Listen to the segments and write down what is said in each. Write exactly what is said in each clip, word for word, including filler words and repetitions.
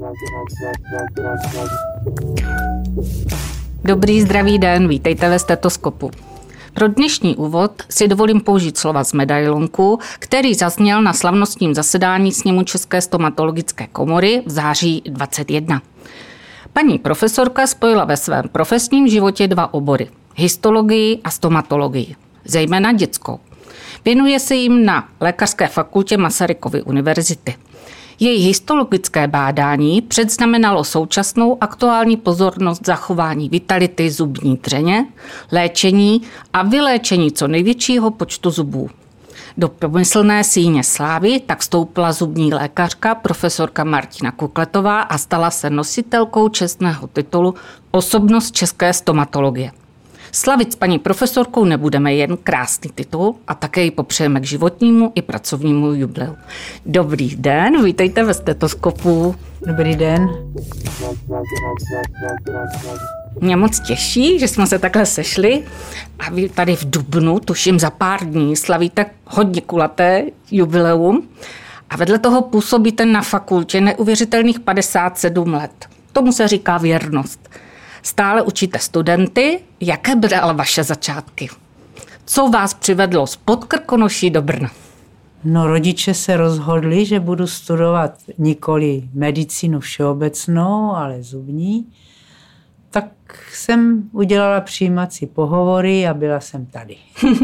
Dobrý zdravý den, vítejte ve Stetoskopu. Pro dnešní úvod si dovolím použít slova z medailonku, který zazněl na slavnostním zasedání sněmu České stomatologické komory v září dvacet jedna. Paní profesorka spojila ve svém profesním životě dva obory – histologii a stomatologii, zejména dětskou. Věnuje se jim na Lékařské fakultě Masarykovy univerzity. Její histologické bádání předznamenalo současnou aktuální pozornost zachování vitality zubní dřeně, léčení a vyléčení co největšího počtu zubů. Do pomyslné síně slávy tak vstoupila zubní lékařka profesorka Martina Kukletová a stala se nositelkou čestného titulu Osobnost české stomatologie. Slavit s paní profesorkou nebudeme jen krásný titul a také ji popřejeme k životnímu i pracovnímu jubileu. Dobrý den, vítejte ve Stetoskopu. Dobrý den. Mě moc těší, že jsme se takhle sešli a vy tady v dubnu, tuším za pár dní, slavíte hodně kulaté jubileum a vedle toho působíte na fakultě neuvěřitelných padesát sedm let. Tomu se říká věrnost. Stále učíte studenty. Jaké byly ale vaše začátky? Co vás přivedlo z Podkrkonoší do Brna? No, rodiče se rozhodli, že budu studovat nikoli medicínu všeobecnou, ale zubní. Tak jsem udělala přijímací pohovory a byla jsem tady.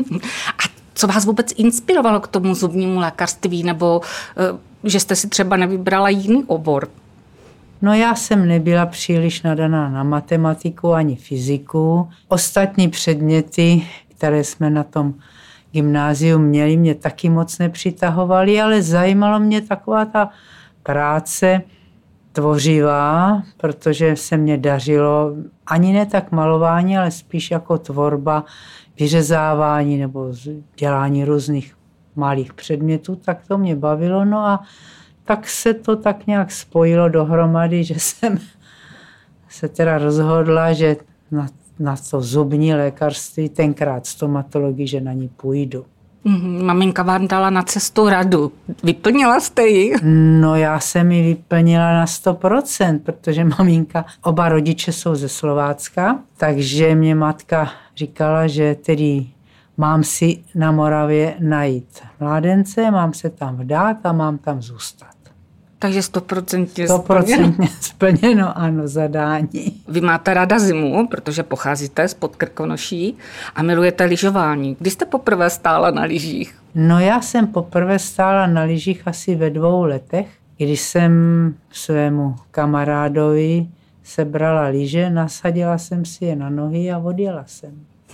A co vás vůbec inspirovalo k tomu zubnímu lékařství, nebo že jste si třeba nevybrala jiný obor? No, já jsem nebyla příliš nadaná na matematiku ani fyziku. Ostatní předměty, které jsme na tom gymnáziu měli, mě taky moc nepřitahovaly, ale zajímalo mě taková ta práce tvořivá, protože se mě dařilo ani ne tak malování, ale spíš jako tvorba, vyřezávání nebo dělání různých malých předmětů, tak to mě bavilo. No a tak se to tak nějak spojilo dohromady, že jsem se teda rozhodla, že na, na to zubní lékařství, tenkrát stomatologii, že na ní půjdu. Mm, maminka vám dala na cestu radu. Vyplnila jste ji? No, já jsem ji vyplnila na sto procent, protože maminka, oba rodiče jsou ze Slovácka, takže mě matka říkala, že tedy mám si na Moravě najít mládence, mám se tam vdát a mám tam zůstat. Takže stoprocentně Stoprocentně splněno, ano, zadání. Vy máte ráda zimu, protože pocházíte z Podkrkonoší a milujete lyžování. Kdy jste poprvé stála na lyžích? No, já jsem poprvé stála na lyžích asi ve dvou letech, když jsem svému kamarádovi sebrala lyže, nasadila jsem si je na nohy a odjela jsem.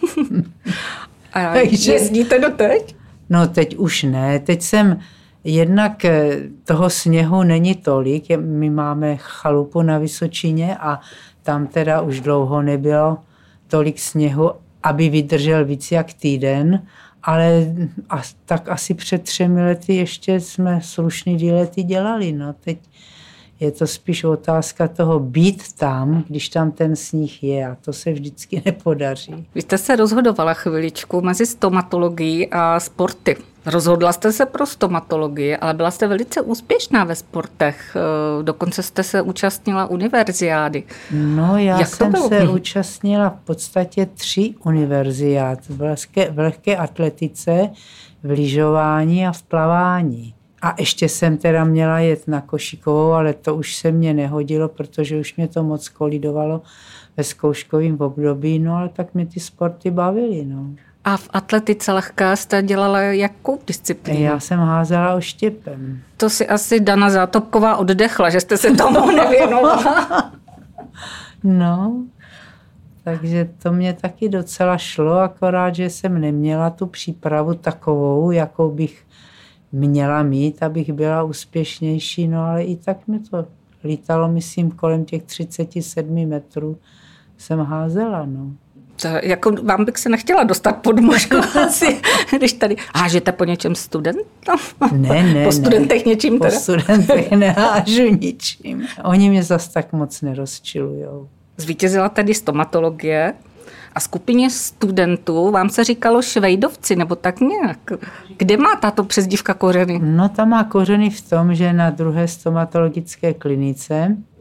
A takže jezdíte doteď? No, teď už ne. Teď jsem, jednak toho sněhu není tolik. My máme chalupu na Vysočině a tam teda už dlouho nebylo tolik sněhu, aby vydržel víc jak týden, ale a, tak asi před třemi lety ještě jsme slušný výlety dělali. No, teď je to spíš otázka toho být tam, když tam ten sníh je, a to se vždycky nepodaří. Vy jste se rozhodovala chviličku mezi stomatologií a sporty. Rozhodla jste se pro stomatologii, ale byla jste velice úspěšná ve sportech. Dokonce jste se účastnila univerziády. No, já Jak jsem se účastnila v podstatě tří univerziád. V lehké, v lehké atletice, v lyžování a v plavání. A ještě jsem teda měla jet na košíkovou, ale to už se mě nehodilo, protože už mě to moc kolidovalo ve zkouškovém období, no ale tak mě ty sporty bavily, no. A v atletice lehké jste dělala jakou disciplínu? Já jsem házela oštěpem. To si asi Dana Zátopková oddechla, že jste se tomu nevěnovala. No, takže to mě taky docela šlo, akorát, že jsem neměla tu přípravu takovou, jakou bych měla mít, abych byla úspěšnější, no ale i tak mi to lítalo, myslím, kolem těch třicet sedm metrů jsem házela, no. To, jako vám bych se nechtěla dostat pod mužku asi, když tady hážete po něčem studentem? Ne, ne, Po studentech ne. něčím teda? Po studentech nehážu ničím. Oni mě zas tak moc nerozčilujou. Zvítězila tedy stomatologie a skupině studentů vám se říkalo švejdovci, nebo tak nějak. Kde má tato přezdívka kořeny? No, ta má kořeny v tom, že na druhé stomatologické klinice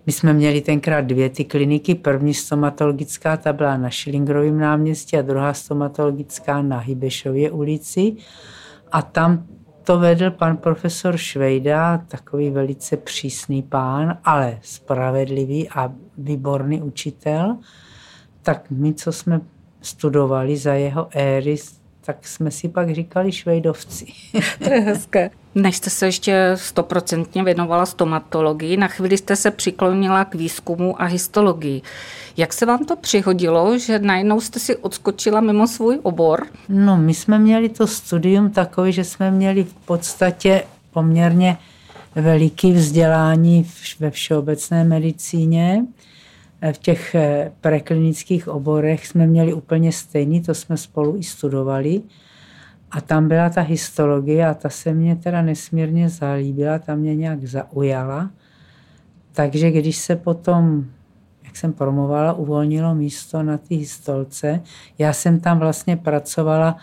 My jsme měli tenkrát dvě ty kliniky. První stomatologická, ta byla na Schillingrovém náměstí a druhá stomatologická na Hybešově ulici. A tam to vedl pan profesor Švejda, takový velice přísný pán, ale spravedlivý a výborný učitel. Tak my, co jsme studovali za jeho éry, tak jsme si pak říkali Švejdovci. To je hezké. Než jste se ještě stoprocentně věnovala stomatologii, na chvíli jste se přiklonila k výzkumu a histologii. Jak se vám to přihodilo, že najednou jste si odskočila mimo svůj obor? No, my jsme měli to studium takové, že jsme měli v podstatě poměrně veliký vzdělání ve všeobecné medicíně. V těch preklinických oborech jsme měli úplně stejný, to jsme spolu i studovali. A tam byla ta histologie a ta se mě teda nesmírně zalíbila, ta mě nějak zaujala. Takže když se potom, jak jsem promovala, uvolnilo místo na té histolce, já jsem tam vlastně pracovala,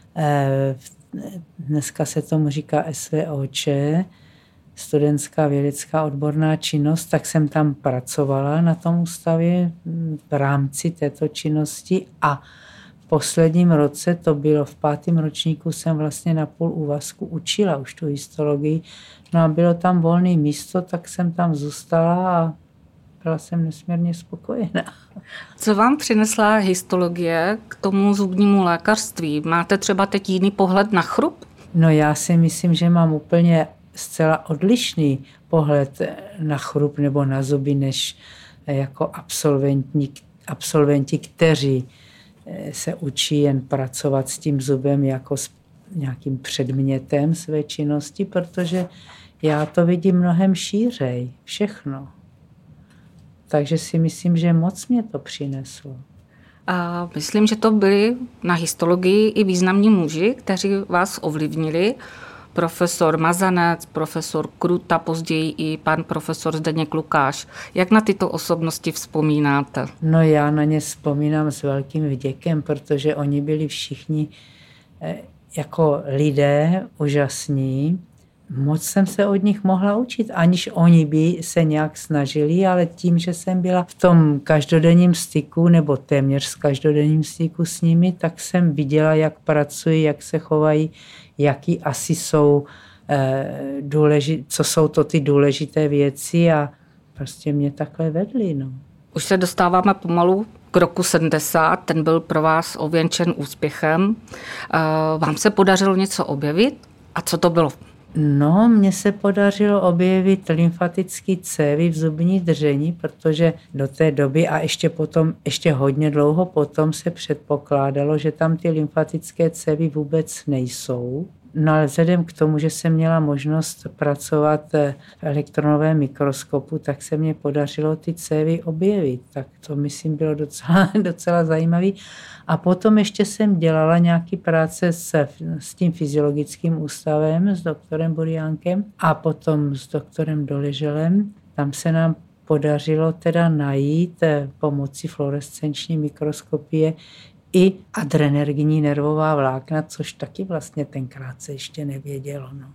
dneska se tomu říká S V O Č, studentská vědecká odborná činnost, tak jsem tam pracovala na tom ústavě v rámci této činnosti a v posledním roce, to bylo v pátém ročníku, jsem vlastně na půl úvazku učila už tu histologii. No a bylo tam volné místo, tak jsem tam zůstala a byla jsem nesmírně spokojená. Co vám přinesla histologie k tomu zubnímu lékařství? Máte třeba teď jiný pohled na chrup? No já si myslím, že mám úplně zcela odlišný pohled na chrup nebo na zuby, než jako absolventi, absolventi, kteří se učí jen pracovat s tím zubem jako s nějakým předmětem své činnosti, protože já to vidím mnohem šířej, všechno. Takže si myslím, že moc mě to přineslo. A myslím, že to byli na histologii i významní muži, kteří vás ovlivnili. Profesor Mazanec, profesor Kruta, později i pan profesor Zdeněk Lukáš. Jak na tyto osobnosti vzpomínáte? No já na ně vzpomínám s velkým vděkem, protože oni byli všichni jako lidé úžasní. Moc jsem se od nich mohla učit, aniž oni by se nějak snažili, ale tím, že jsem byla v tom každodenním styku nebo téměř v každodenním styku s nimi, tak jsem viděla, jak pracují, jak se chovají, jaký asi jsou eh, důležité, co jsou to ty důležité věci a prostě mě takhle vedli. No. Už se dostáváme pomalu k roku sedmdesát, ten byl pro vás ověnčen úspěchem. Eh, vám se podařilo něco objevit? A co to bylo? No, mně se podařilo objevit lymfatický cévy v zubní dřeni, protože do té doby a ještě potom, ještě hodně dlouho potom se předpokládalo, že tam ty lymfatické cévy vůbec nejsou. No ale vzhledem k tomu, že jsem měla možnost pracovat v elektronovém mikroskopu, tak se mně podařilo ty cévy objevit. Tak to myslím bylo docela, docela zajímavé. A potom ještě jsem dělala nějaký práce s, s tím fyziologickým ústavem, s doktorem Buriánkem a potom s doktorem Doleželem. Tam se nám podařilo teda najít pomocí fluorescenční mikroskopie i adrenerginní nervová vlákna, což taky vlastně tenkrát se ještě nevědělo. No.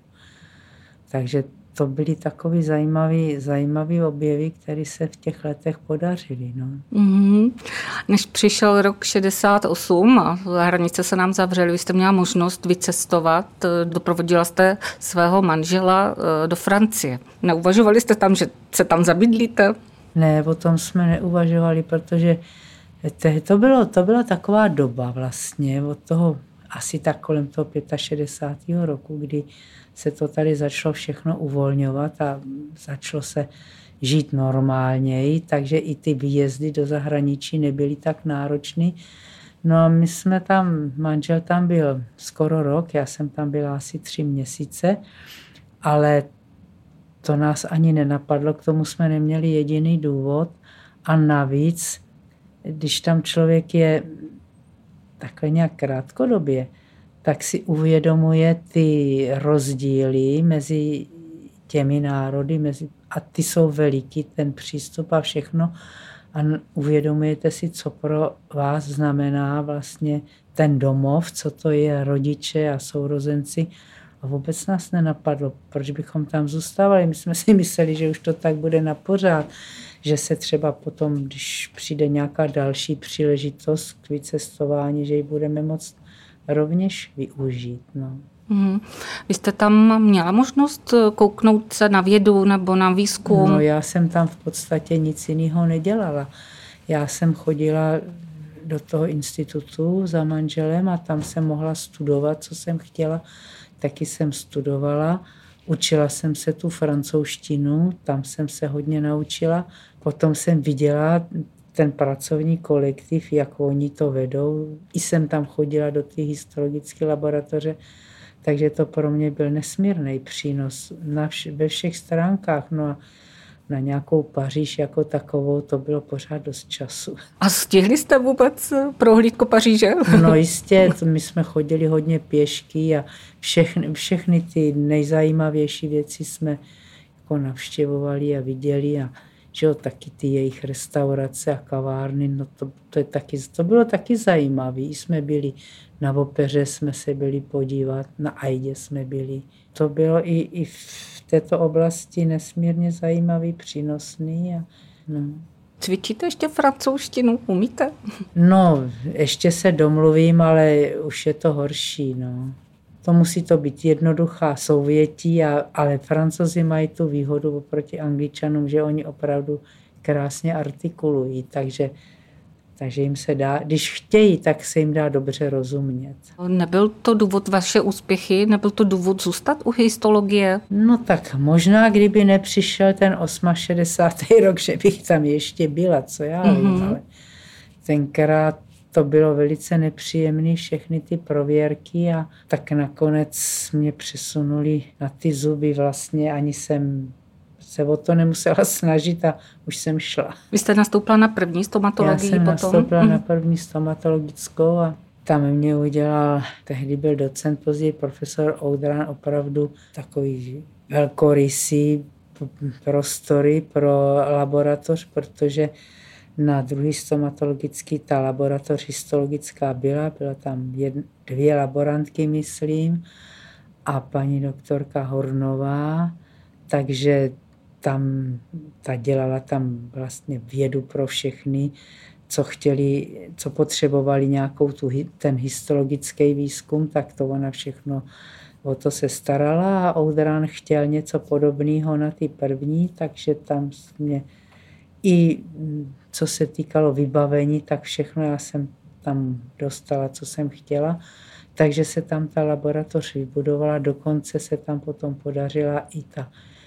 Takže to byly takový zajímavý, zajímavý objevy, které se v těch letech podařily. No. Mm-hmm. Než přišel rok šedesát osm a hranice se nám zavřely, vy jste měla možnost vycestovat, doprovodila jste svého manžela do Francie. Neuvažovali jste tam, že se tam zabydlíte? Ne, o tom jsme neuvažovali, protože to, bylo, to byla taková doba vlastně od toho asi tak kolem toho šedesátého pátého roku, kdy se to tady začalo všechno uvolňovat a začalo se žít normálněji, takže i ty výjezdy do zahraničí nebyly tak náročný. No a my jsme tam, manžel tam byl skoro rok, já jsem tam byla asi tři měsíce, ale to nás ani nenapadlo, k tomu jsme neměli jediný důvod a navíc, když tam člověk je takhle nějak krátkodobě, tak si uvědomuje ty rozdíly mezi těmi národy mezi, a ty jsou veliký, ten přístup a všechno. A uvědomujete si, co pro vás znamená vlastně ten domov, co to je rodiče a sourozenci. A vůbec nás nenapadlo, proč bychom tam zůstávali. My jsme si mysleli, že už to tak bude na pořád. že se třeba potom, když přijde nějaká další příležitost k vycestování, že ji budeme moct rovněž využít. No. Hmm. Vy jste tam měla možnost kouknout se na vědu nebo na výzkum? No já jsem tam v podstatě nic jiného nedělala. Já jsem chodila do toho institutu za manželem a tam jsem mohla studovat, co jsem chtěla. Taky jsem studovala. Učila jsem se tu francouzštinu, tam jsem se hodně naučila. Potom jsem viděla ten pracovní kolektiv, jak oni to vedou. I jsem tam chodila do té histologické laboratoře, takže to pro mě byl nesmírný přínos na vš- ve všech stránkách. No a na nějakou Paříž jako takovou to bylo pořád dost času. A stihli jste vůbec prohlídku Paříže? No jistě, my jsme chodili hodně pěšky a všechny, všechny ty nejzajímavější věci jsme jako navštěvovali a viděli a že jo, taky ty jejich restaurace a kavárny, no to, to, je taky, to bylo taky zajímavé. Jsme byli na opeře, jsme se byli podívat, na Aidě jsme byli. To bylo i, i v této oblasti nesmírně zajímavý, přínosný. A, no. Cvičíte ještě francouzštinu? Umíte? No, ještě se domluvím, ale už je to horší, no. To musí to být jednoduchá souvětí, a, ale Francouzi mají tu výhodu oproti Angličanům, že oni opravdu krásně artikulují, takže, takže jim se dá, když chtějí, tak se jim dá dobře rozumět. Nebyl to důvod vaše úspěchy? Nebyl to důvod zůstat u histologie? No tak možná, kdyby nepřišel ten šedesátý osmý rok, že bych tam ještě byla, co já mm-hmm. vím, ale tenkrát to bylo velice nepříjemné, všechny ty prověrky a tak nakonec mě přesunuli na ty zuby vlastně, ani jsem se o to nemusela snažit a už jsem šla. Vy jste nastoupila na první stomatologii Já jsem potom? nastoupila mm. na první stomatologickou a tam mě udělal, tehdy byl docent, později profesor Oudran, opravdu takový velkorysý prostory pro laboratoř, protože na druhý stomatologický ta laboratoř histologická byla, byla tam jedn, dvě laborantky, myslím, a paní doktorka Hornová, takže tam ta dělala tam vlastně vědu pro všechny, co chtěli, co potřebovali nějakou tu, ten histologický výzkum, tak to ona všechno o to se starala a Oudran chtěl něco podobného na ty první, takže tam mě i co se týkalo vybavení, tak všechno já jsem tam dostala, co jsem chtěla. Takže se tam ta laboratoř vybudovala, dokonce se tam potom podařila i ta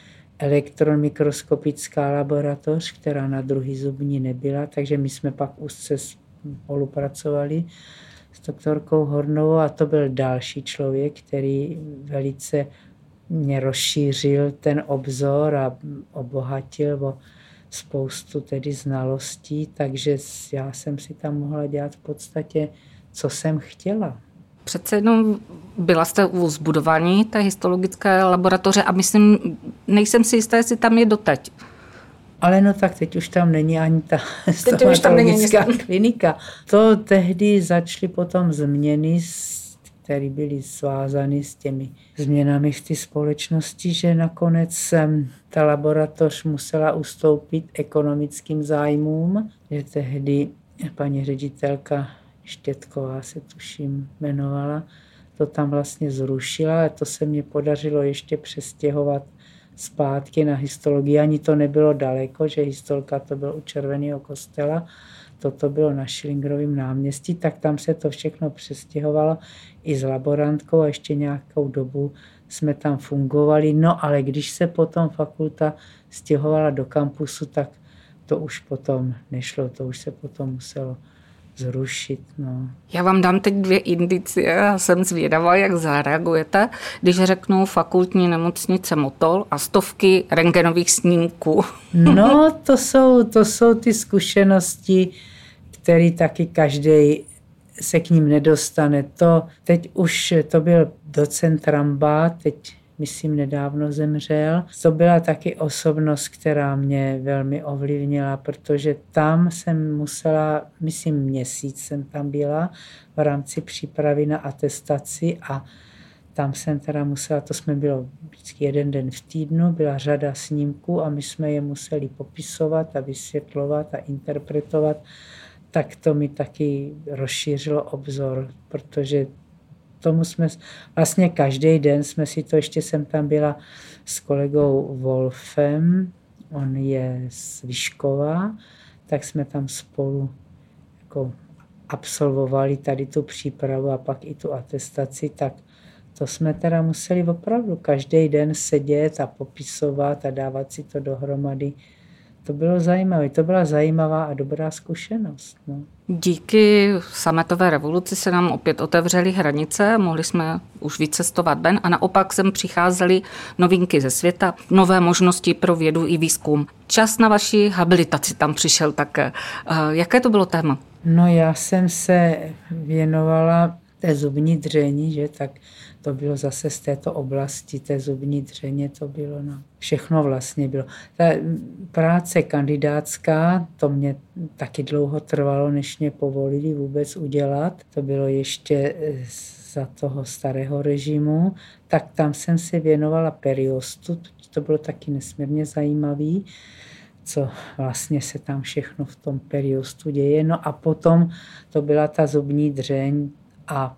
elektronmikroskopická laboratoř, která na druhý zubní nebyla, takže my jsme pak úzce spolupracovali s doktorkou Hornovou a to byl další člověk, který velice mě rozšířil ten obzor a obohatil o spoustu tedy znalostí, takže já jsem si tam mohla dělat v podstatě, co jsem chtěla. Přece jenom byla jste u zbudování té histologické laboratoře a myslím, nejsem si jistá, jestli tam je doteď. Ale no tak teď už tam není ani ta stomatologická klinika. To tehdy začaly potom změny, které byly svázány s těmi změnami v té společnosti, že nakonec ta laboratoř musela ustoupit ekonomickým zájmům, že tehdy paní ředitelka Štětková se tuším jmenovala, to tam vlastně zrušila a to se mně podařilo ještě přestěhovat zpátky na histologii. Ani to nebylo daleko, že histolka to bylo u Červeného kostela, toto bylo na Schillingrovém náměstí, tak tam se to všechno přestěhovalo i s laborantkou a ještě nějakou dobu jsme tam fungovali. No ale když se potom fakulta stěhovala do kampusu, tak to už potom nešlo, to už se potom muselo zrušit. No. Já vám dám teď dvě indicie a jsem zvědavá, jak zareagujete, když řeknu fakultní nemocnice Motol a stovky rentgenových snímků. No, to jsou, to jsou ty zkušenosti, které taky každý se k ním nedostane. To teď už to byl docent Ramba, teď myslím nedávno zemřel. To byla taky osobnost, která mě velmi ovlivnila, protože tam jsem musela, myslím měsíc jsem tam byla v rámci přípravy na atestaci a tam jsem teda musela, to jsme bylo vždycky jeden den v týdnu, byla řada snímků a my jsme je museli popisovat a vysvětlovat a interpretovat, tak to mi taky rozšířilo obzor, protože tomu jsme, vlastně každý den jsme si to, ještě jsem tam byla s kolegou Wolfem, on je z Vyškova, tak jsme tam spolu jako absolvovali tady tu přípravu a pak i tu atestaci, tak to jsme teda museli opravdu každý den sedět a popisovat a dávat si to dohromady. To bylo zajímavé, to byla zajímavá a dobrá zkušenost. No. Díky sametové revoluci se nám opět otevřely hranice, mohli jsme už víc cestovat ven a naopak sem přicházely novinky ze světa, nové možnosti pro vědu i výzkum. Čas na vaši habilitaci tam přišel také. Jaké to bylo téma? No já jsem se věnovala té zubní dřeně, že tak to bylo zase z této oblasti, té zubní dřeně to bylo, no. Všechno vlastně bylo. Ta práce kandidátská, to mě taky dlouho trvalo, než mě povolili vůbec udělat. To bylo ještě za toho starého režimu, tak tam jsem se věnovala periostu, to bylo taky nesmírně zajímavý, co vlastně se tam všechno v tom periostu děje. No a potom to byla ta zubní dřeň a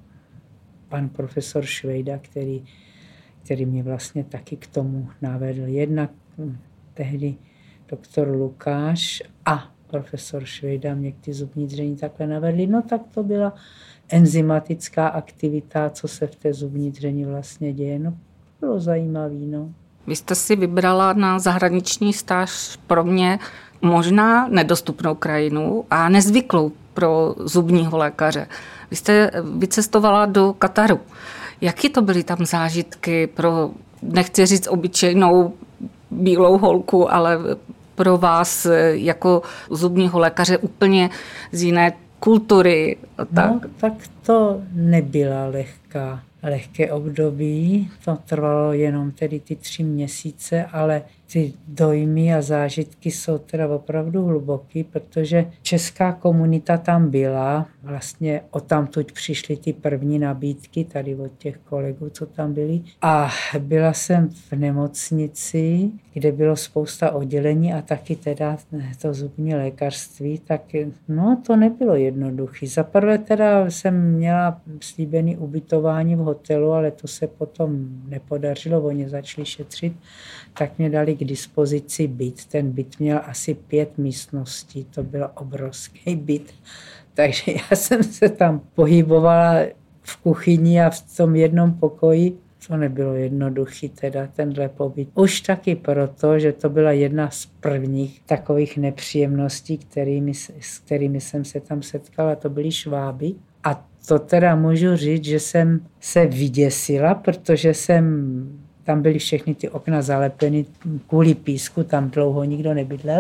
pan profesor Švejda, který, který mě vlastně taky k tomu navedl. Jednak tehdy doktor Lukáš a profesor Švejda mě k ty zubní dření takhle navedli. No tak to byla enzymatická aktivita, co se v té zubní dřeni vlastně děje. No bylo zajímavý, no. Vy jste si vybrala na zahraniční stáž pro mě možná nedostupnou krajinu a nezvyklou pro zubního lékaře. Vy jste vycestovala do Kataru. Jaký to byly tam zážitky pro, nechci říct obyčejnou bílou holku, ale pro vás jako zubního lékaře úplně z jiné kultury? Tak. No, tak to nebyla lehká. lehké období. To trvalo jenom tedy ty tři měsíce, ale ty dojmy a zážitky jsou teda opravdu hluboký, protože česká komunita tam byla. Vlastně odtamtud přišly ty první nabídky tady od těch kolegů, co tam byli. A byla jsem v nemocnici, kde bylo spousta oddělení a taky teda to zubní lékařství, tak no to nebylo jednoduché. Za prvé teda jsem měla slíbený ubytování v hotelu, ale to se potom nepodařilo, oni začali šetřit, tak mě dali k dispozici byt. Ten byt měl asi pět místností, to byl obrovský byt. Takže já jsem se tam pohybovala v kuchyni a v tom jednom pokoji. To nebylo jednoduchý teda tenhle pobyt. Už taky proto, že to byla jedna z prvních takových nepříjemností, kterými, s kterými jsem se tam setkala, to byly šváby. A to teda můžu říct, že jsem se vyděsila, protože jsem, tam byly všechny ty okna zalepeny kvůli písku, tam dlouho nikdo nebydlel.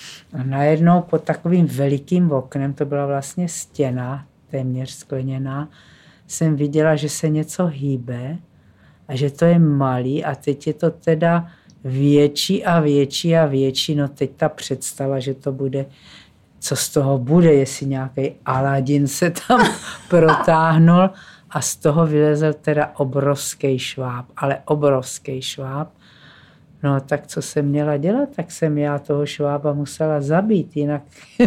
A najednou pod takovým velikým oknem, to byla vlastně stěna, téměř skleněná, jsem viděla, že se něco hýbe a že to je malý a teď je to teda větší a větší a větší. No teď ta představa, že to bude, co z toho bude, jestli nějaký Aladin se tam protáhnul a z toho vylezl teda obrovský šváb, ale obrovský šváb. No tak co jsem měla dělat, tak jsem já toho švába musela zabít, jinak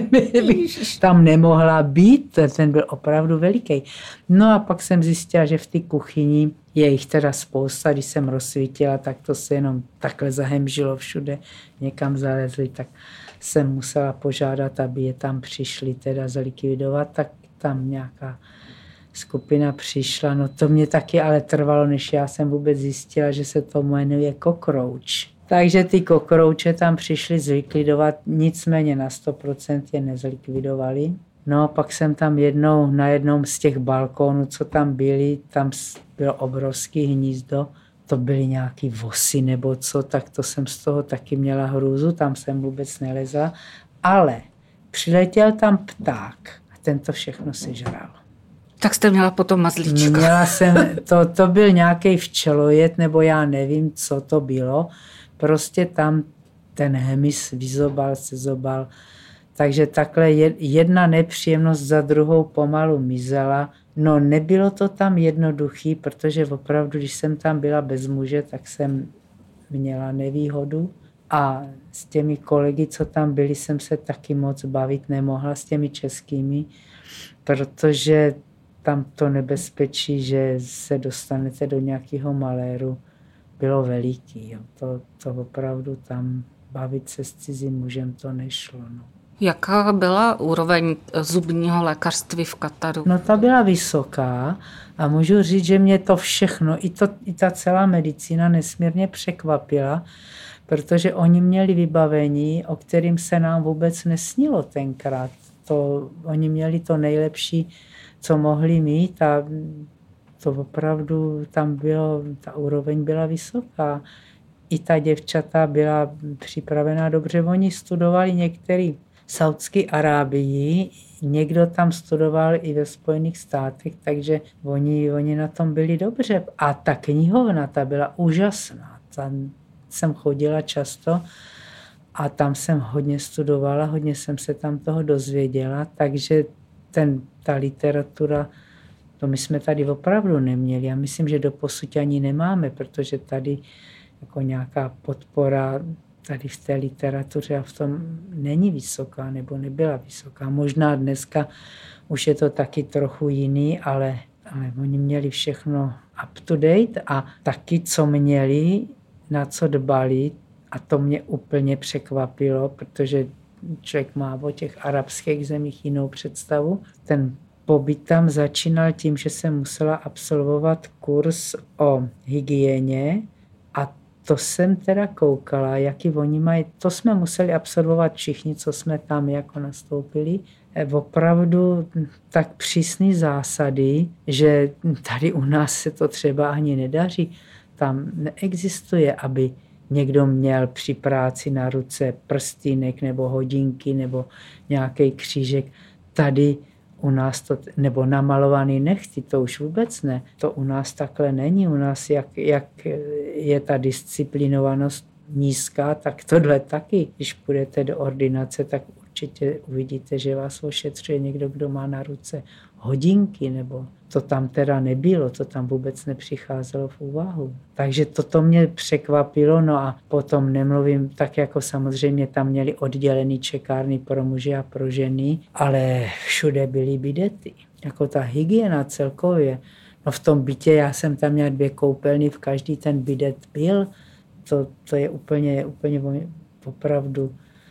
bych tam nemohla být, ten byl opravdu veliký. No a pak jsem zjistila, že v té kuchyni je jich teda spousta, když jsem rozsvítila, tak to se jenom takhle zahemžilo všude, někam zalezli, tak jsem musela požádat, aby je tam přišli teda zlikvidovat, tak tam nějaká skupina přišla, no to mě taky ale trvalo, než já jsem vůbec zjistila, že se to jmenuje kokrouč. Takže ty kokrouče tam přišli zlikvidovat, nicméně na sto procent je nezlikvidovali. No pak jsem tam jednou na jednom z těch balkónů, co tam byly, tam bylo obrovský hnízdo, to byly nějaký vosy nebo co, tak to jsem z toho taky měla hrůzu, tam jsem vůbec nelezla, ale přiletěl tam pták a ten to všechno sežral. Tak jste měla potom mazlíčka. Měla jsem, to, to byl nějaký včelojed, nebo já nevím, co to bylo. Prostě tam ten hmyz vyzobal, sezobal. Takže takhle jedna nepříjemnost za druhou pomalu mizela. No nebylo to tam jednoduchý, protože opravdu, když jsem tam byla bez muže, tak jsem měla nevýhodu a s těmi kolegy, co tam byli, jsem se taky moc bavit nemohla s těmi českými, protože tam to nebezpečí, že se dostanete do nějakého maléru, bylo veliký. Jo. To, to opravdu tam bavit se s cizím mužem to nešlo. No. Jaká byla úroveň zubního lékařství v Kataru? No ta byla vysoká a můžu říct, že mě to všechno, i, to, i ta celá medicína nesmírně překvapila, protože oni měli vybavení, o kterým se nám vůbec nesnilo tenkrát. To, oni měli to nejlepší, co mohli mít a to opravdu tam bylo, ta úroveň byla vysoká. I ta děvčata byla připravená dobře. Oni studovali některý v Saudské Arábii, někdo tam studoval i ve Spojených státech, takže oni, oni na tom byli dobře. A ta knihovna, ta byla úžasná. Tam jsem chodila často a tam jsem hodně studovala, hodně jsem se tam toho dozvěděla, takže ten, ta literatura, to my jsme tady opravdu neměli. Já myslím, že doposud ani nemáme, protože tady jako nějaká podpora tady v té literatuře a v tom není vysoká nebo nebyla vysoká. Možná dneska už je to taky trochu jiný, ale, ale oni měli všechno up to date a taky, co měli, na co dbali, a to mě úplně překvapilo, protože člověk má o těch arabských zemích jinou představu. Ten pobyt tam začínal tím, že jsem musela absolvovat kurz o hygieně a to jsem teda koukala, jaký oni mají, to jsme museli absolvovat všichni, co jsme tam jako nastoupili. Opravdu tak přísný zásady, že tady u nás se to třeba ani nedaří. Tam neexistuje, aby někdo měl při práci na ruce prstýnek nebo hodinky nebo nějaký křížek. Tady u nás to, nebo namalovaný nechty, to už vůbec ne. To u nás takhle není. U nás, jak, jak je ta disciplinovanost nízká, tak tohle taky. Když půjdete do ordinace, tak určitě uvidíte, že vás ošetřuje někdo, kdo má na ruce hodinky, nebo to tam teda nebylo, to tam vůbec nepřicházelo v úvahu. Takže toto mě překvapilo, no a potom nemluvím, tak jako samozřejmě tam měli oddělený čekárny pro muže a pro ženy, ale všude byly bidety. Jako ta hygiena celkově. No v tom bytě já jsem tam měl dvě koupelny, v každý ten bidet byl. To, to je úplně, úplně opravdu,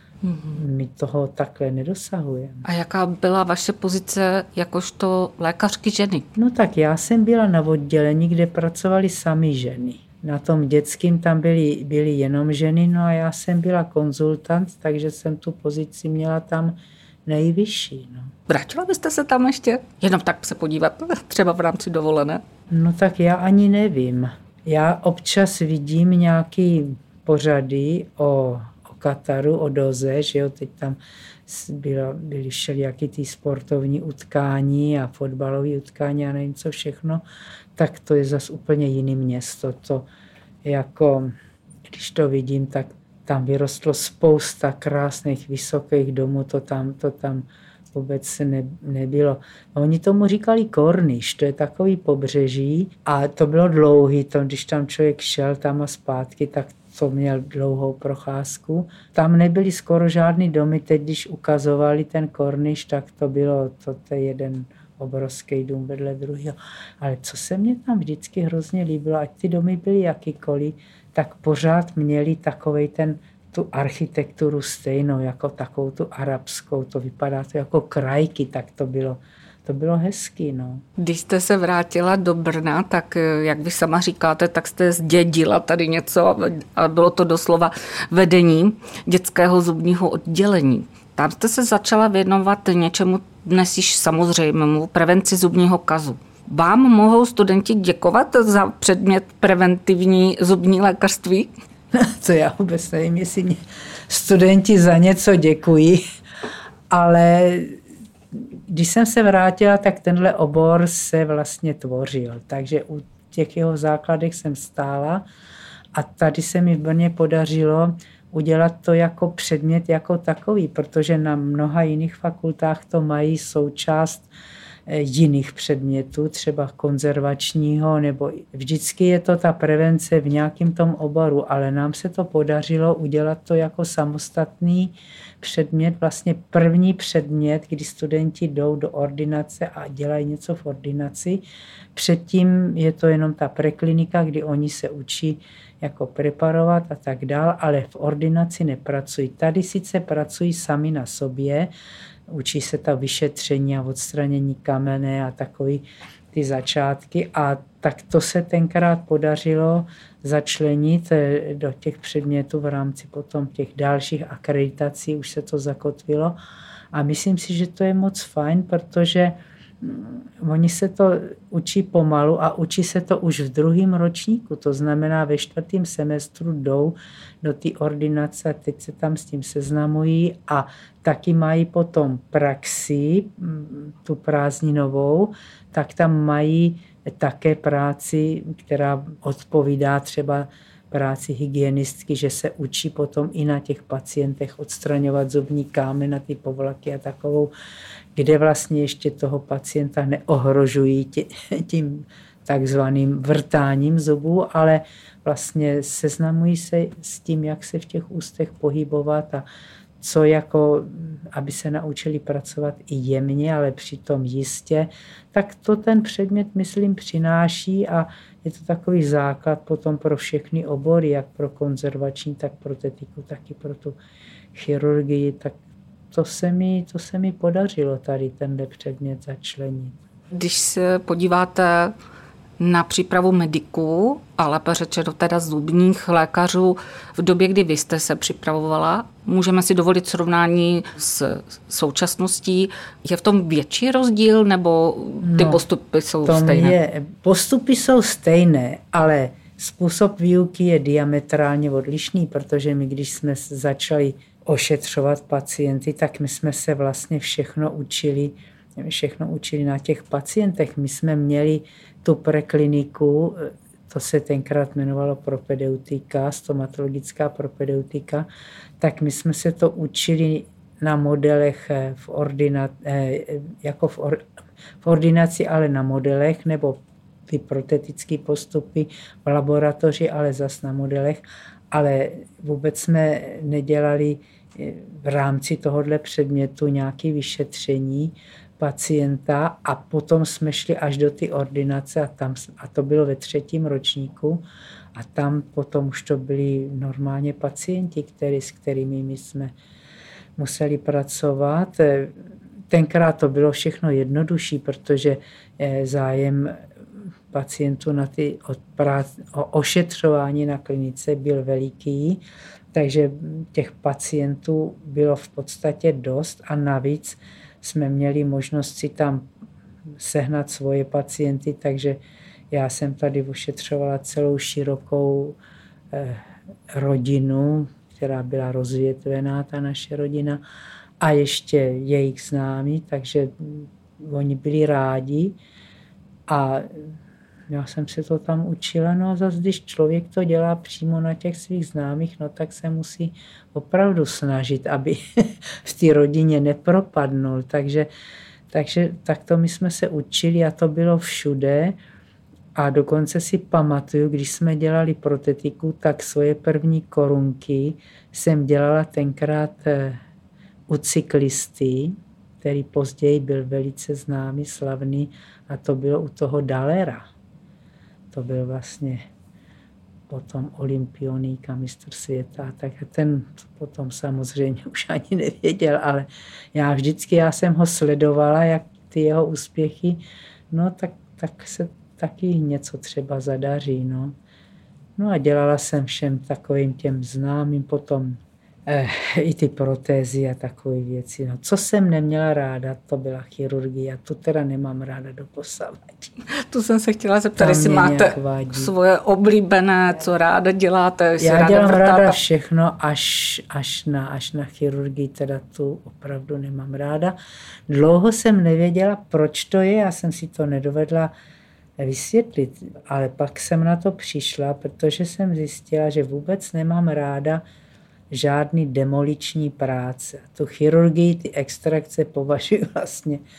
my toho takhle nedosahujeme. A jaká byla vaše pozice jakožto lékařky ženy? No tak já jsem byla na oddělení, kde pracovaly sami ženy. Na tom dětským tam byly, byly jenom ženy, no a já jsem byla konzultant, takže jsem tu pozici měla tam nejvyšší. No. Vrátila byste se tam ještě? Jenom tak se podívat, třeba v rámci dovolené? No tak já ani nevím. Já občas vidím nějaký pořady o Kataru, o Doze, že jo, teď tam bylo, byly všelijaké ty sportovní utkání a fotbalové utkání a nevím co všechno, tak to je zase úplně jiné město. To jako, když to vidím, tak tam vyrostlo spousta krásných vysokých domů, to tam, to tam vůbec ne, nebylo. A oni tomu říkali Korniš, to je takový pobřeží a to bylo dlouhý, to, když tam člověk šel tam a zpátky, tak to měl dlouhou procházku. Tam nebyly skoro žádný domy, teď když ukazovali ten Korniš, tak to bylo to, to jeden obrovský dům vedle druhého. Ale co se mně tam vždycky hrozně líbilo, ať ty domy byly jakýkoliv, tak pořád měli takovej ten, tu architekturu stejnou, jako takovou tu arabskou, to vypadá to jako krajky, tak to bylo. To bylo hezký, no. Když jste se vrátila do Brna, tak jak vy sama říkáte, tak jste zdědila tady něco a bylo to doslova vedení dětského zubního oddělení. Tam jste se začala věnovat něčemu dnes již samozřejmému, prevenci zubního kazu. Vám mohou studenti děkovat za předmět preventivní zubní lékařství? To já vůbec nevím, jestli studenti za něco děkují, ale když jsem se vrátila, tak tenhle obor se vlastně tvořil. Takže u těch jeho základech jsem stála a tady se mi v Brně podařilo udělat to jako předmět jako takový, protože na mnoha jiných fakultách to mají součást jiných předmětů, třeba konzervačního, nebo vždycky je to ta prevence v nějakém tom oboru, ale nám se to podařilo udělat to jako samostatný předmět, vlastně první předmět, kdy studenti jdou do ordinace a dělají něco v ordinaci. Předtím je to jenom ta preklinika, kdy oni se učí jako preparovat a tak dál, ale v ordinaci nepracují. Tady sice pracují sami na sobě, učí se ta vyšetření a odstranění kamene a takový ty začátky a tak to se tenkrát podařilo začlenit do těch předmětů v rámci potom těch dalších akreditací, už se to zakotvilo a myslím si, že to je moc fajn, protože oni se to učí pomalu a učí se to už v druhém ročníku, to znamená ve čtvrtém semestru jdou do té ordinace, teď se tam s tím seznamují a taky mají potom praxi, tu prázdninovou, tak tam mají také práci, která odpovídá třeba práci hygienistky, že se učí potom i na těch pacientech odstraňovat zubní kámen na ty povlaky a takovou, kde vlastně ještě toho pacienta neohrožují tím takzvaným vrtáním zubů, ale vlastně seznamují se s tím, jak se v těch ústech pohybovat a co jako, aby se naučili pracovat i jemně, ale přitom jistě, tak to ten předmět, myslím, přináší a je to takový základ potom pro všechny obory, jak pro konzervační, tak pro tetiku, tak i pro tu chirurgii, tak to se mi, to se mi podařilo tady tenhle předmět začlenit. Když se podíváte na přípravu mediků, a lépe řečeno teda zubních lékařů v době, kdy vy jste se připravovala, můžeme si dovolit srovnání s současností. Je v tom větší rozdíl, nebo ty no, postupy jsou stejné? Je, postupy jsou stejné, ale způsob výuky je diametrálně odlišný, protože my, když jsme začali ošetřovat pacienty, tak my jsme se vlastně všechno učili, všechno učili na těch pacientech. My jsme měli tu prekliniku, to se tenkrát jmenovalo propedeutika, stomatologická propedeutika, tak my jsme se to učili na modelech v, ordina, jako v, or, v ordinaci, ale na modelech, nebo ty protetické postupy v laboratoři, ale zas na modelech, ale vůbec jsme nedělali v rámci tohohle předmětu nějaké vyšetření pacienta a potom jsme šli až do ty ordinace a, tam, a to bylo ve třetím ročníku a tam potom už to byli normálně pacienti, který, s kterými my jsme museli pracovat. Tenkrát to bylo všechno jednodušší, protože zájem pacientů na ty o ošetřování na klinice byl veliký, takže těch pacientů bylo v podstatě dost a navíc jsme měli možnost si tam sehnat svoje pacienty, takže já jsem tady ošetřovala celou širokou eh, rodinu, která byla rozvětvená, ta naše rodina, a ještě jejich známí, takže oni byli rádi a já jsem se to tam učila, no a zase, když člověk to dělá přímo na těch svých známých, no tak se musí opravdu snažit, aby v té rodině nepropadnul. Takže, takže takto my jsme se učili a to bylo všude. A dokonce si pamatuju, když jsme dělali protetiku, tak svoje první korunky jsem dělala tenkrát u cyklisty, který později byl velice známý, slavný, a to bylo u toho Dallera. To byl vlastně potom olympionik a mistr světa, tak ten potom samozřejmě už ani nevěděl, ale já vždycky, já jsem ho sledovala, jak ty jeho úspěchy, no tak, tak se taky něco třeba zadaří, no. No a dělala jsem všem takovým těm známým potom eh, i ty protézy a takové věci. No, co jsem neměla ráda, to byla chirurgie. A tu teda nemám ráda doposavad. Tu jsem se chtěla zeptat, jestli máte svoje oblíbené, co ráda děláte. Já ráda dělám vrtáta. ráda všechno, až, až, na, až na chirurgii, teda tu opravdu nemám ráda. Dlouho jsem nevěděla, proč to je, já jsem si to nedovedla vysvětlit, ale pak jsem na to přišla, protože jsem zjistila, že vůbec nemám ráda žádný demoliční práce. Tu chirurgii, ty extrakce považuji vlastně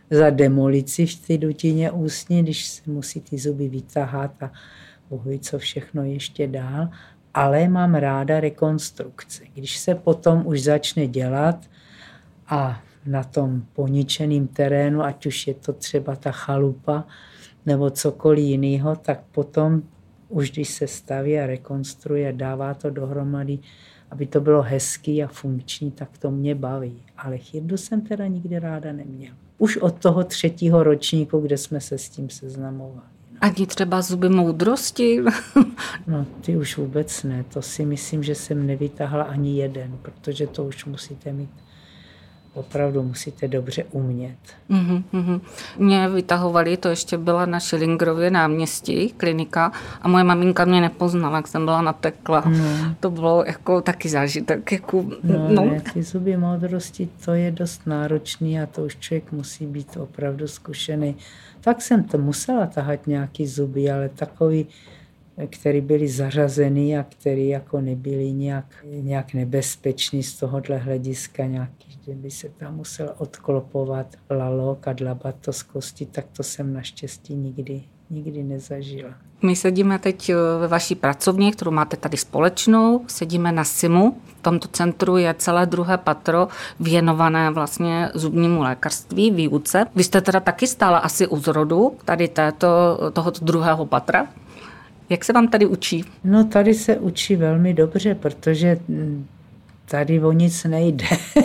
za demolici v té dutině ústní, když se musí ty zuby vytahat a bohuji, co všechno ještě dál. Ale mám ráda rekonstrukce. Když se potom už začne dělat a na tom poničeném terénu, ať už je to třeba ta chalupa nebo cokoliv jiného, tak potom už když se staví a rekonstruuje a dává to dohromady, aby to bylo hezký a funkční, tak to mě baví. Ale chirdu jsem teda nikdy ráda neměla. Už od toho třetího ročníku, kde jsme se s tím seznamovali. Ani třeba zuby moudrosti? No, ty už vůbec ne. To si myslím, že jsem nevytáhla ani jeden, protože to už musíte mít, opravdu musíte dobře umět. Mm-hmm, mm-hmm. Mě vytahovali, to ještě byla na Schillingrově náměstí, klinika, a moje maminka mě nepoznala, jak jsem byla natekla. No. To bylo jako taky zážitek. Jako, no, no. Ne, ty zuby moudrosti, to je dost náročný a to už člověk musí být opravdu zkušený. Tak jsem to musela tahat nějaký zuby, ale takový, který byly zařazený a který jako nebyly nějak, nějak nebezpečný z tohohle hlediska, nějaký, že by se tam musel odklopovat lalok a dlabat to z kosti, tak to jsem naštěstí nikdy, nikdy nezažila. My sedíme teď ve vaší pracovně, kterou máte tady společnou, sedíme na SIMu. V tomto centru je celé druhé patro věnované vlastně zubnímu lékařství, výuce. Vy jste teda taky stála asi u zrodu tady této, tohoto druhého patra. Jak se vám tady učí? No tady se učí velmi dobře, protože tady o nic nejde.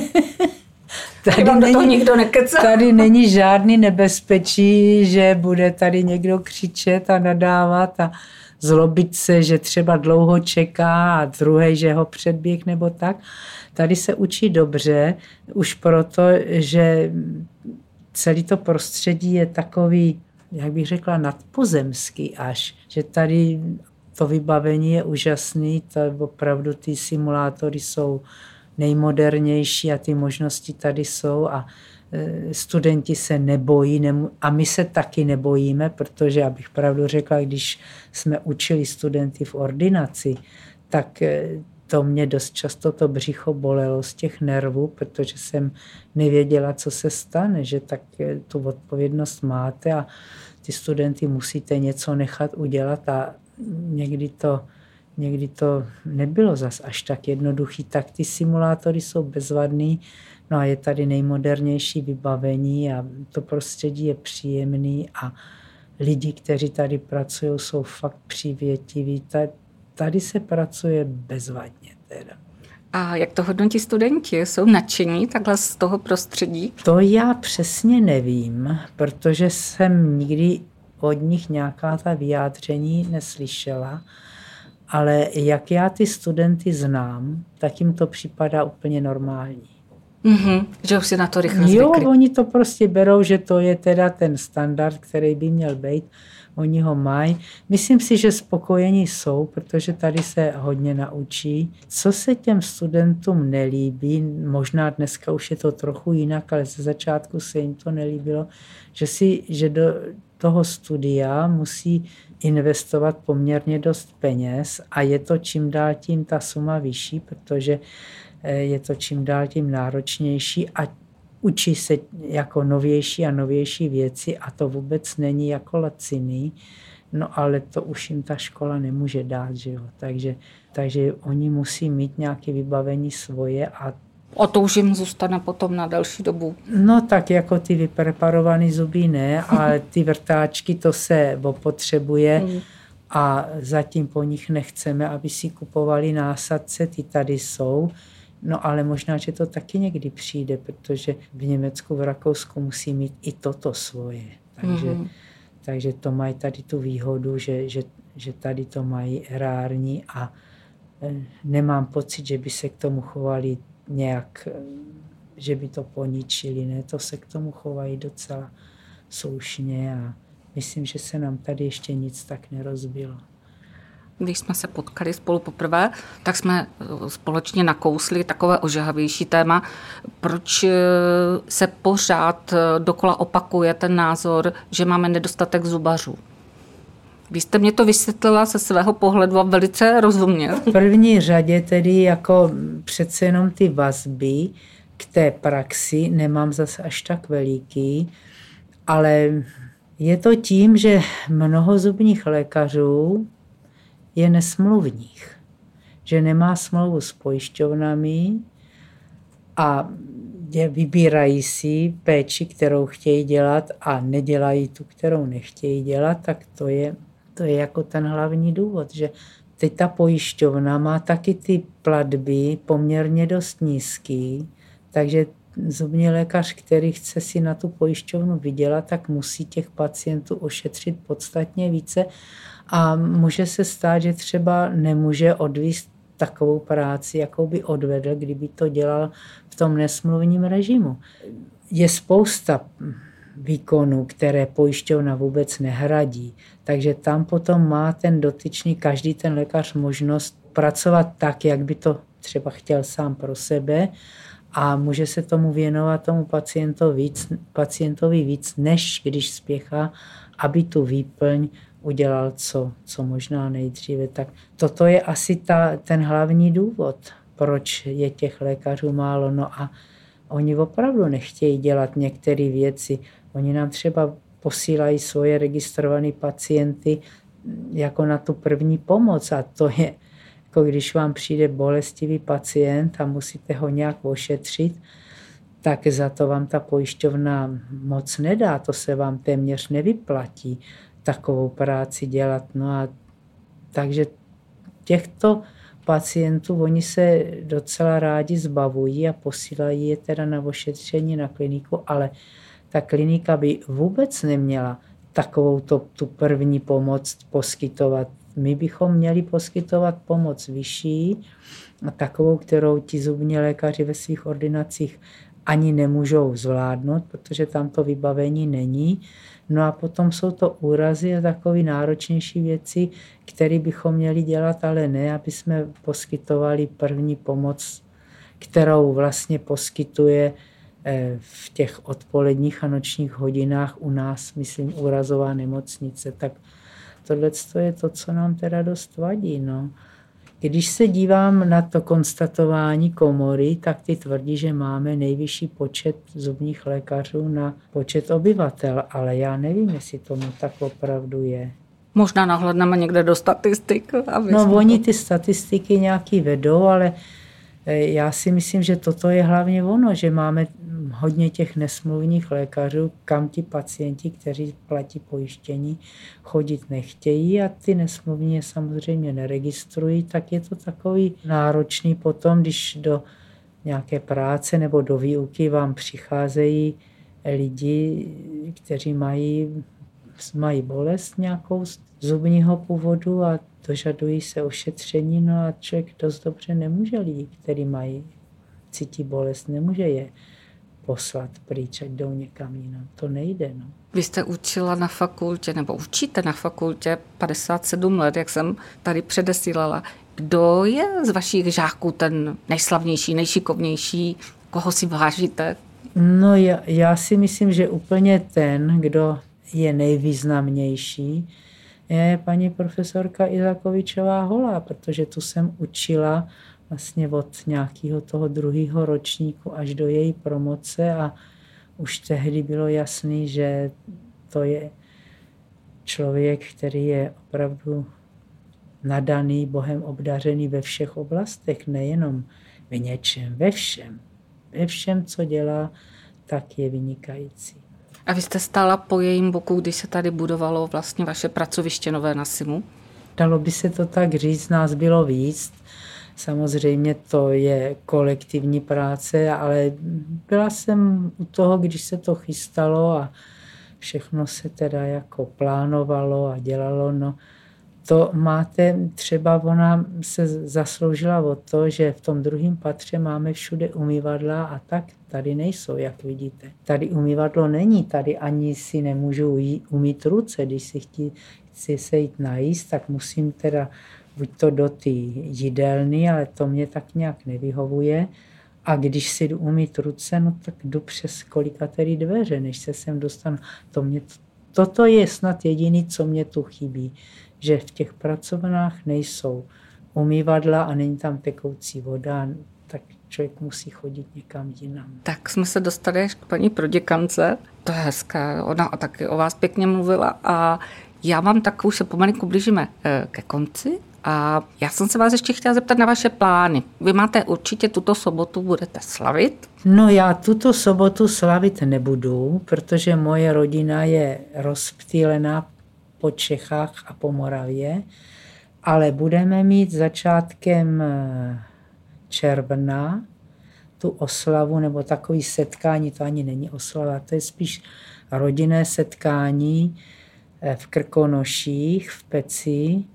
Tady vám do toho nikdo nekecá. Tady není žádný nebezpečí, že bude tady někdo křičet a nadávat a zlobit se, že třeba dlouho čeká a druhý, že ho předběh nebo tak. Tady se učí dobře, už proto, že celý to prostředí je takový, jak bych řekla, nadpozemský až, že tady to vybavení je úžasný, to opravdu ty simulátory jsou nejmodernější a ty možnosti tady jsou a studenti se nebojí a my se taky nebojíme, protože, abych pravdu řekla, když jsme učili studenty v ordinaci, tak to mě dost často to břicho bolelo z těch nervů, protože jsem nevěděla, co se stane, že tak tu odpovědnost máte a ty studenty musíte něco nechat udělat a někdy to, někdy to nebylo zas až tak jednoduchý, tak ty simulátory jsou bezvadný, no a je tady nejmodernější vybavení a to prostředí je příjemný a lidi, kteří tady pracují, jsou fakt přívětiví. Tady se pracuje bezvadně teda. A jak to hodnotí studenti? Jsou nadšení takhle z toho prostředí? To já přesně nevím, protože jsem nikdy od nich nějaká ta vyjádření neslyšela, ale jak já ty studenty znám, tak jim to připadá úplně normální. Mm-hmm, že už si na to rychle zvykli. Jo, oni to prostě berou, že to je teda ten standard, který by měl být. Oni ho mají. Myslím si, že spokojení jsou, protože tady se hodně naučí. Co se těm studentům nelíbí, možná dneska už je to trochu jinak, ale ze začátku se jim to nelíbilo, že, si, že do toho studia musí investovat poměrně dost peněz a je to čím dál tím ta suma vyšší, protože je to čím dál tím náročnější a učí se jako novější a novější věci a to vůbec není jako laciný, no ale to už jim ta škola nemůže dát, že jo, takže, takže oni musí mít nějaké vybavení svoje a O to už jim zůstane potom na další dobu. No tak jako ty vypreparované zuby ne, ale ty vrtáčky to se opotřebuje mm. a zatím po nich nechceme, aby si kupovali násadce, ty tady jsou. No ale možná, že to taky někdy přijde, protože v Německu, v Rakousku musí mít i toto svoje. Takže, mm-hmm. takže to mají tady tu výhodu, že, že, že tady to mají rární a nemám pocit, že by se k tomu chovali nějak, že by to poničili. Ne, to se k tomu chovají docela slušně a myslím, že se nám tady ještě nic tak nerozbilo. Když jsme se potkali spolu poprvé, tak jsme společně nakousli takové ožehavější téma, proč se pořád dokola opakuje ten názor, že máme nedostatek zubařů. Vy jste mě to vysvětlila ze svého pohledu a velice rozumně. V první řadě tedy jako přece jenom ty vazby k té praxi nemám zase až tak veliký. Ale je to tím, že mnoho zubních lékařů je nesmluvních, že nemá smlouvu s pojišťovnami a vybírají si péči, kterou chtějí dělat a nedělají tu, kterou nechtějí dělat, tak to je, to je jako ten hlavní důvod, že teď ta pojišťovna má taky ty platby poměrně dost nízký, takže zubní lékař, který chce si na tu pojišťovnu vydělat, tak musí těch pacientů ošetřit podstatně více a může se stát, že třeba nemůže odvízt takovou práci, jakou by odvedl, kdyby to dělal v tom nesmluvním režimu. Je spousta výkonů, které pojišťovna vůbec nehradí, takže tam potom má ten dotyčný, každý ten lékař možnost pracovat tak, jak by to třeba chtěl sám pro sebe a může se tomu věnovat tomu pacientovi víc, pacientovi víc, než když spěchá, aby tu výplň udělal co, co možná nejdříve. Tak toto je asi ta, ten hlavní důvod, proč je těch lékařů málo. No a oni opravdu nechtějí dělat některé věci. Oni nám třeba posílají svoje registrované pacienty jako na tu první pomoc a to je, jako když vám přijde bolestivý pacient a musíte ho nějak ošetřit, tak za to vám ta pojišťovna moc nedá, to se vám téměř nevyplatí takovou práci dělat. No a takže těchto pacientů oni se docela rádi zbavují a posílají je teda na ošetření na kliniku, ale ta klinika by vůbec neměla takovou to, tu první pomoc poskytovat. My bychom měli poskytovat pomoc vyšší, a takovou, kterou ti zubní lékaři ve svých ordinacích ani nemůžou zvládnout, protože tam to vybavení není. No a potom jsou to úrazy a takové náročnější věci, které bychom měli dělat, ale ne, aby jsme poskytovali první pomoc, kterou vlastně poskytuje v těch odpoledních a nočních hodinách u nás, myslím, úrazová nemocnice. Tak tohle je to, co nám teda dost vadí. No. Když se dívám na to konstatování komory, tak ty tvrdí, že máme nejvyšší počet zubních lékařů na počet obyvatel, ale já nevím, jestli tomu tak opravdu je. Možná nahlédneme někde do statistik. No oni ty statistiky nějaký vedou, ale já si myslím, že toto je hlavně ono, že máme hodně těch nesmluvních lékařů, kam ti pacienti, kteří platí pojištění, chodit nechtějí a ty nesmluvní je samozřejmě neregistrují, tak je to takový náročný potom, když do nějaké práce nebo do výuky vám přicházejí lidi, kteří mají, mají bolest nějakou zubního původu a dožadují se ošetření, no a člověk dost dobře nemůže lidi, kteří mají, cítí bolest, nemůže je poslat pryč, ať jdou někam jinam. To nejde. No. Vy jste učila na fakultě, nebo učíte na fakultě padesát sedm let, jak jsem tady předesílala. Kdo je z vašich žáků ten nejslavnější, nejšikovnější? Koho si vážíte? No já, já si myslím, že úplně ten, kdo je nejvýznamnější, je paní profesorka Izakovičová Holá, protože tu jsem učila vlastně od nějakého toho druhého ročníku až do její promoce a už tehdy bylo jasný, že to je člověk, který je opravdu nadaný, Bohem obdařený ve všech oblastech, nejenom v něčem, ve všem. Ve všem, co dělá, tak je vynikající. A vy jste stála po jejím boku, když se tady budovalo vlastně vaše pracoviště nové na Simu? Dalo by se to tak říct, nás bylo víc. Samozřejmě to je kolektivní práce, ale byla jsem u toho, když se to chystalo a všechno se teda jako plánovalo a dělalo. No, to máte, třeba ona se zasloužila o to, že v tom druhém patře máme všude umývadla a tak tady nejsou, jak vidíte. Tady umývadlo není, tady ani si nemůžu umýt ruce, když si chci, chci se jít najíst, tak musím teda buď to do té jídelny, ale to mě tak nějak nevyhovuje. A když si jdu umýt ruce, no tak jdu přes kolikaterý dveře, než se sem dostanu. To mě, toto je snad jediný, co mě tu chybí, že v těch pracovnách nejsou umývadla a není tam tekoucí voda, tak člověk musí chodit někam jinam. Tak jsme se dostali až k paní proděkance. To je hezké, ona taky o vás pěkně mluvila a já vám tak už se pomalinku blížíme ke konci. A já jsem se vás ještě chtěla zeptat na vaše plány. Vy máte určitě tuto sobotu, budete slavit? No já tuto sobotu slavit nebudu, protože moje rodina je rozptýlená po Čechách a po Moravě, ale budeme mít začátkem června tu oslavu nebo takový setkání, to ani není oslava, to je spíš rodinné setkání v Krkonoších v Peci,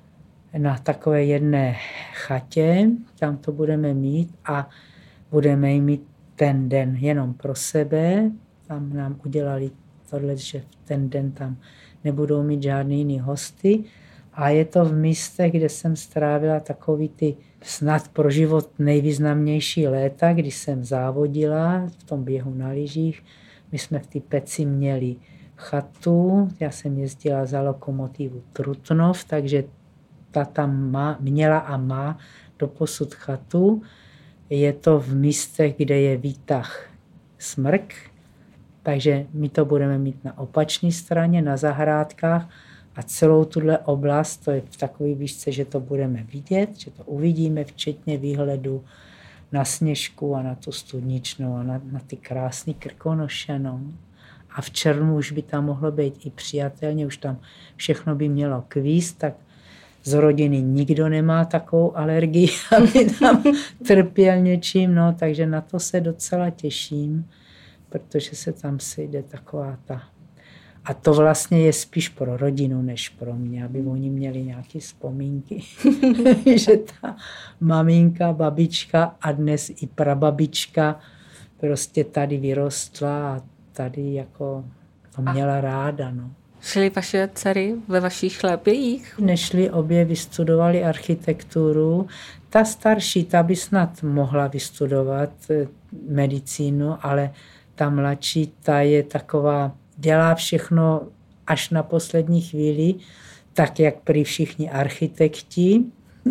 na takové jedné chatě, tam to budeme mít a budeme jí mít ten den jenom pro sebe. Tam nám udělali tohle, že v ten den tam nebudou mít žádný jiný hosty. A je to v místech, kde jsem strávila takový ty snad pro život nejvýznamnější léta, kdy jsem závodila v tom běhu na lyžích. My jsme v té Peci měli chatu, já jsem jezdila za lokomotivu Trutnov, takže ta tam má, měla a má doposud chatu. Je to v místech, kde je výtah Smrk, takže my to budeme mít na opačné straně, na zahrádkách a celou tuhle oblast, to je v takové výšce, že to budeme vidět, že to uvidíme, včetně výhledu na Sněžku a na tu Studničnou a na, na ty krásné Krkonoše. No. A v červnu už by tam mohlo být i přijatelně, už tam všechno by mělo kvíst, tak z rodiny nikdo nemá takovou alergii, aby tam trpěl něčím, no, takže na to se docela těším, protože se tam sejde taková ta... A to vlastně je spíš pro rodinu, než pro mě, aby oni měli nějaké vzpomínky, že ta maminka, babička a dnes i prababička prostě tady vyrostla a tady jako to měla ráda, no. Šly vaše dcery ve vašich šlépějích? Nešli, obě vystudovali architekturu. Ta starší, ta by snad mohla vystudovat medicínu, ale ta mladší, ta je taková, dělá všechno až na poslední chvíli, tak jak prý všichni architekti,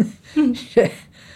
že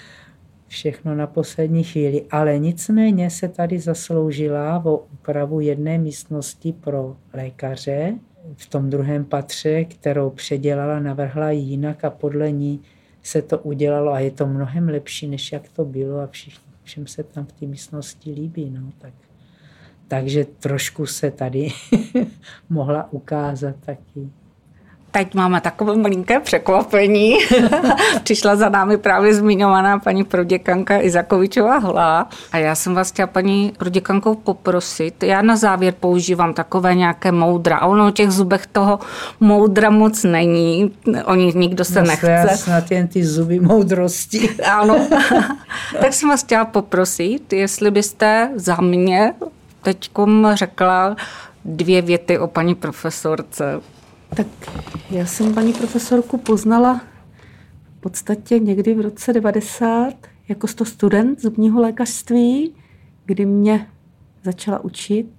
všechno na poslední chvíli. Ale nicméně se tady zasloužila o úpravu jedné místnosti pro lékaře, v tom druhém patře, kterou předělala, navrhla jinak a podle ní se to udělalo a je to mnohem lepší, než jak to bylo a všichni, všem se tam v té místnosti líbí. No, tak. Takže trošku se tady mohla ukázat taky. Teď máme takové malinké překvapení. Přišla za námi právě zmiňovaná paní proděkanka Izakovičová Holá. A já jsem vás chtěla paní proděkankou poprosit. Já na závěr používám takové nějaké moudra. A ono o těch zubech toho moudra moc není. O nich nikdo se no, nechce. Já snad jen ty zuby moudrosti. Ano. Tak jsem vás chtěla poprosit, jestli byste za mě teďkom řekla dvě věty o paní profesorce. Tak já jsem paní profesorku poznala v podstatě někdy v roce devadesát jako sto student zubního lékařství, kdy mě začala učit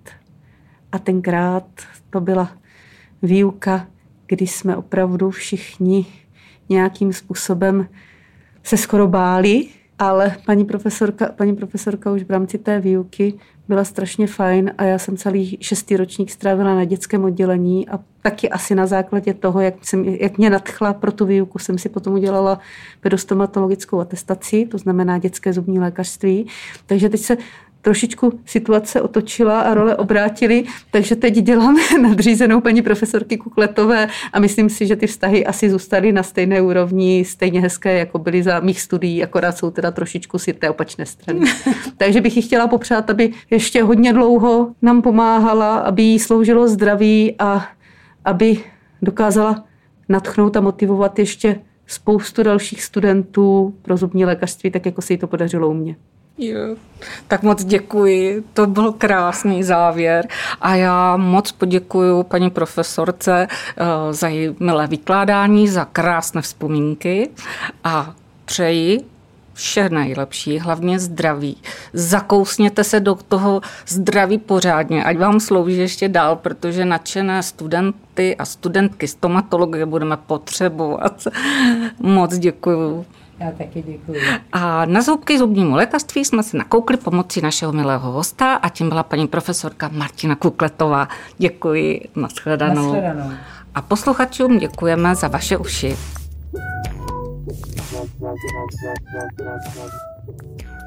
a tenkrát to byla výuka, kdy jsme opravdu všichni nějakým způsobem se skoro báli, ale paní profesorka, paní profesorka už v rámci té výuky byla strašně fajn a já jsem celý šestý ročník strávila na dětském oddělení a taky asi na základě toho, jak, jsem, jak mě nadchla pro tu výuku, jsem si potom udělala pedostomatologickou atestaci, to znamená dětské zubní lékařství. Takže teď se trošičku situace otočila a role obrátily, takže teď dělám nadřízenou paní profesorky Kukletové a myslím si, že ty vztahy asi zůstaly na stejné úrovni, stejně hezké, jako byly za mých studií, akorát jsou teda trošičku si té opačné strany. Takže bych jí chtěla popřát, aby ještě hodně dlouho nám pomáhala, aby jí sloužilo zdraví a aby dokázala nadchnout a motivovat ještě spoustu dalších studentů pro zubní lékařství, tak jako se jí to podařilo u mě. Jo, tak moc děkuji, to byl krásný závěr a já moc poděkuju paní profesorce za její milé vykládání, za krásné vzpomínky a přeji vše nejlepší, hlavně zdraví. Zakousněte se do toho zdraví pořádně, ať vám slouží ještě dál, protože nadšené studenty a studentky stomatologie budeme potřebovat. Moc děkuju. Já taky děkuji. A na zubky zubnímu lékařství jsme se nakoukli pomocí našeho milého hosta a tím byla paní profesorka Martina Kukletová. Děkuji, nashledanou. Nashledanou. A posluchačům děkujeme za vaše uši.